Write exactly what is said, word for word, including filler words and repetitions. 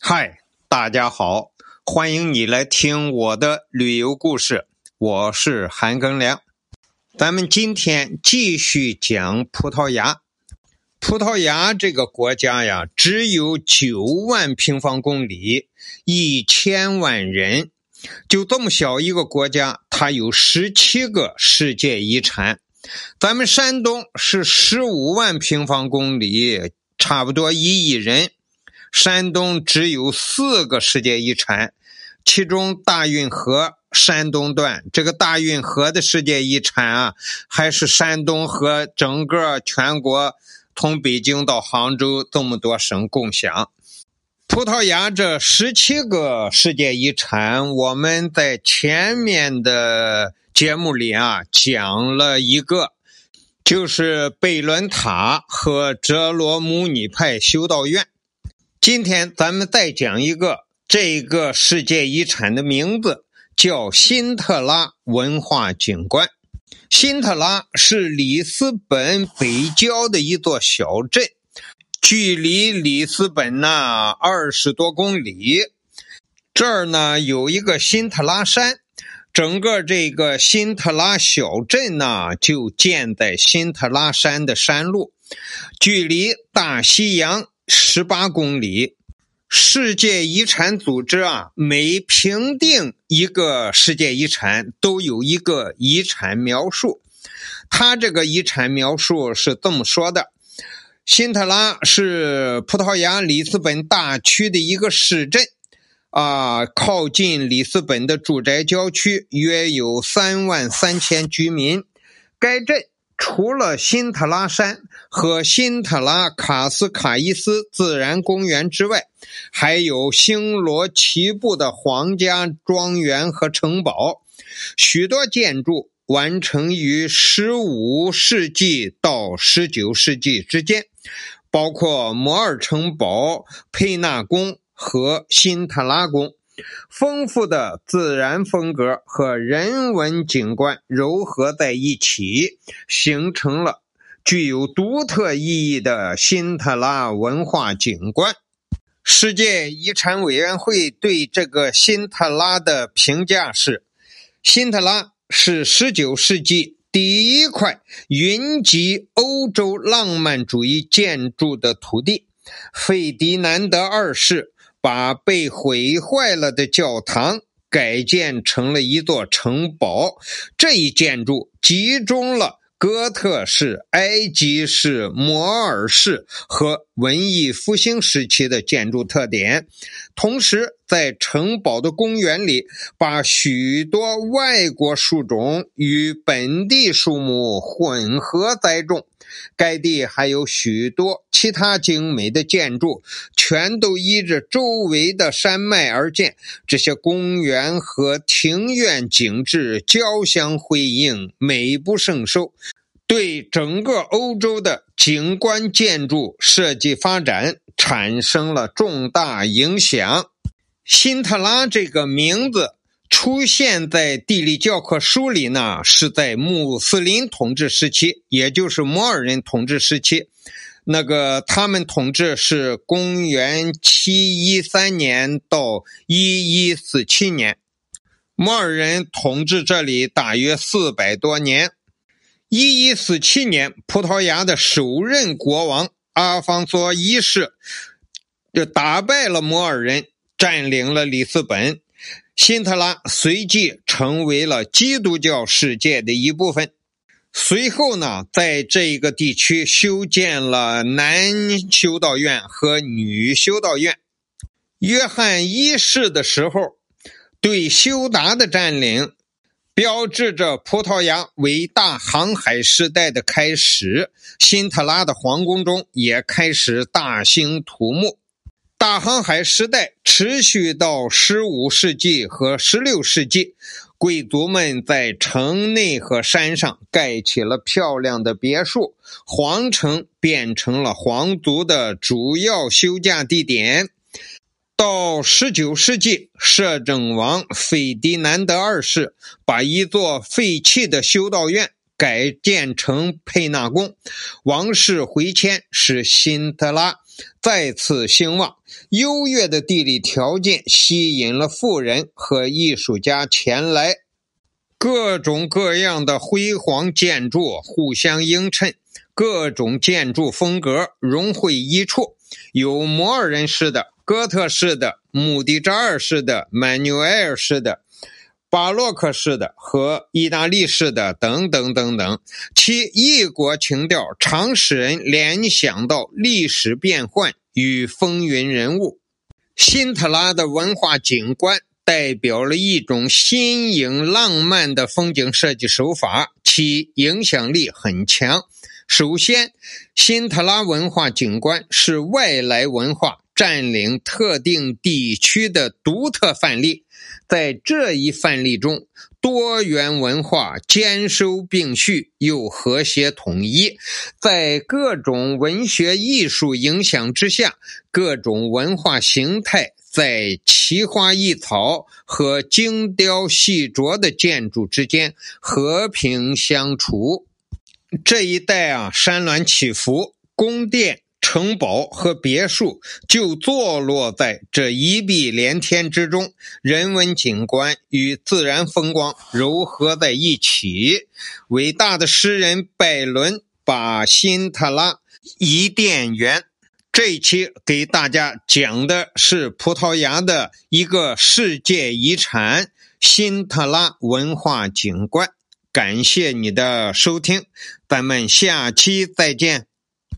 嗨，大家好，欢迎你来听我的旅游故事，我是韩庚良。咱们今天继续讲葡萄牙。葡萄牙这个国家呀，只有九万平方公里，一千万人，就这么小一个国家，它有十七个世界遗产。咱们山东是十五万平方公里，差不多一亿人。山东只有四个世界遗产，其中大运河山东段，这个大运河的世界遗产啊，还是山东和整个全国从北京到杭州这么多省共享。葡萄牙这十七个世界遗产，我们在前面的节目里啊讲了一个，就是贝伦塔和哲罗姆尼派修道院。今天咱们再讲一个，这个世界遗产的名字叫辛特拉文化景观。辛特拉是里斯本北郊的一座小镇，距离里斯本呢二十多公里。这儿呢有一个辛特拉山，整个这个辛特拉小镇呢就建在辛特拉山的山路，距离大西洋十八公里。世界遗产组织啊，每评定一个世界遗产都有一个遗产描述。它这个遗产描述是这么说的：辛特拉是葡萄牙里斯本大区的一个市镇啊，靠近里斯本的住宅郊区，约有三万三千居民。该镇除了辛特拉山和辛特拉卡斯卡伊斯自然公园之外，还有星罗棋布的皇家庄园和城堡。许多建筑完成于十五世纪到十九世纪之间，包括摩尔城堡、佩纳宫和辛特拉宫。丰富的自然风格和人文景观糅合在一起，形成了具有独特意义的辛特拉文化景观。世界遗产委员会对这个辛特拉的评价是：辛特拉是十九世纪第一块云集欧洲浪漫主义建筑的土地。费迪南德二世把被毁坏了的教堂改建成了一座城堡，这一建筑集中了哥特式、埃及式、摩尔式和文艺复兴时期的建筑特点，同时在城堡的公园里把许多外国树种与本地树木混合栽种。该地还有许多其他精美的建筑，全都依着周围的山脉而建。这些公园和庭院景致交相辉映，美不胜收，对整个欧洲的景观建筑设计发展产生了重大影响。辛特拉这个名字出现在地理教科书里呢，是在穆斯林统治时期，也就是摩尔人统治时期。那个他们统治是公元七一三年到一一四七年，摩尔人统治这里大约四百多年。一一四七年，葡萄牙的首任国王阿方索一世就打败了摩尔人，占领了里斯本。辛特拉随即成为了基督教世界的一部分。随后呢，在这个地区修建了男修道院和女修道院。约翰一世的时候，对休达的占领标志着葡萄牙伟大航海时代的开始。辛特拉的皇宫中也开始大兴土木。大航海时代持续到十五世纪和十六世纪，贵族们在城内和山上盖起了漂亮的别墅，皇城变成了皇族的主要休假地点。到十九世纪，摄政王费迪南德二世把一座废弃的修道院改建成佩纳宫，王室回迁使辛特拉再次兴旺。优越的地理条件吸引了富人和艺术家前来，各种各样的辉煌建筑互相映衬，各种建筑风格融汇一处，有摩尔人式的、哥特式的、穆迪扎尔式的、曼纽埃尔式的、巴洛克式的和意大利式的等等等等，其异国情调常使人联想到历史变幻与风云人物。辛特拉的文化景观代表了一种新颖浪漫的风景设计手法，其影响力很强。首先，辛特拉文化景观是外来文化占领特定地区的独特范例。在这一范例中，多元文化兼收并蓄又和谐统一，在各种文学艺术影响之下，各种文化形态在奇花异草和精雕细琢的建筑之间和平相处。这一带啊，山峦起伏，宫殿、城堡和别墅就坐落在这一碧连天之中，人文景观与自然风光糅合在一起。伟大的诗人拜伦把辛特拉伊甸园。这一期给大家讲的是葡萄牙的一个世界遗产辛特拉文化景观。感谢你的收听，咱们下期再见。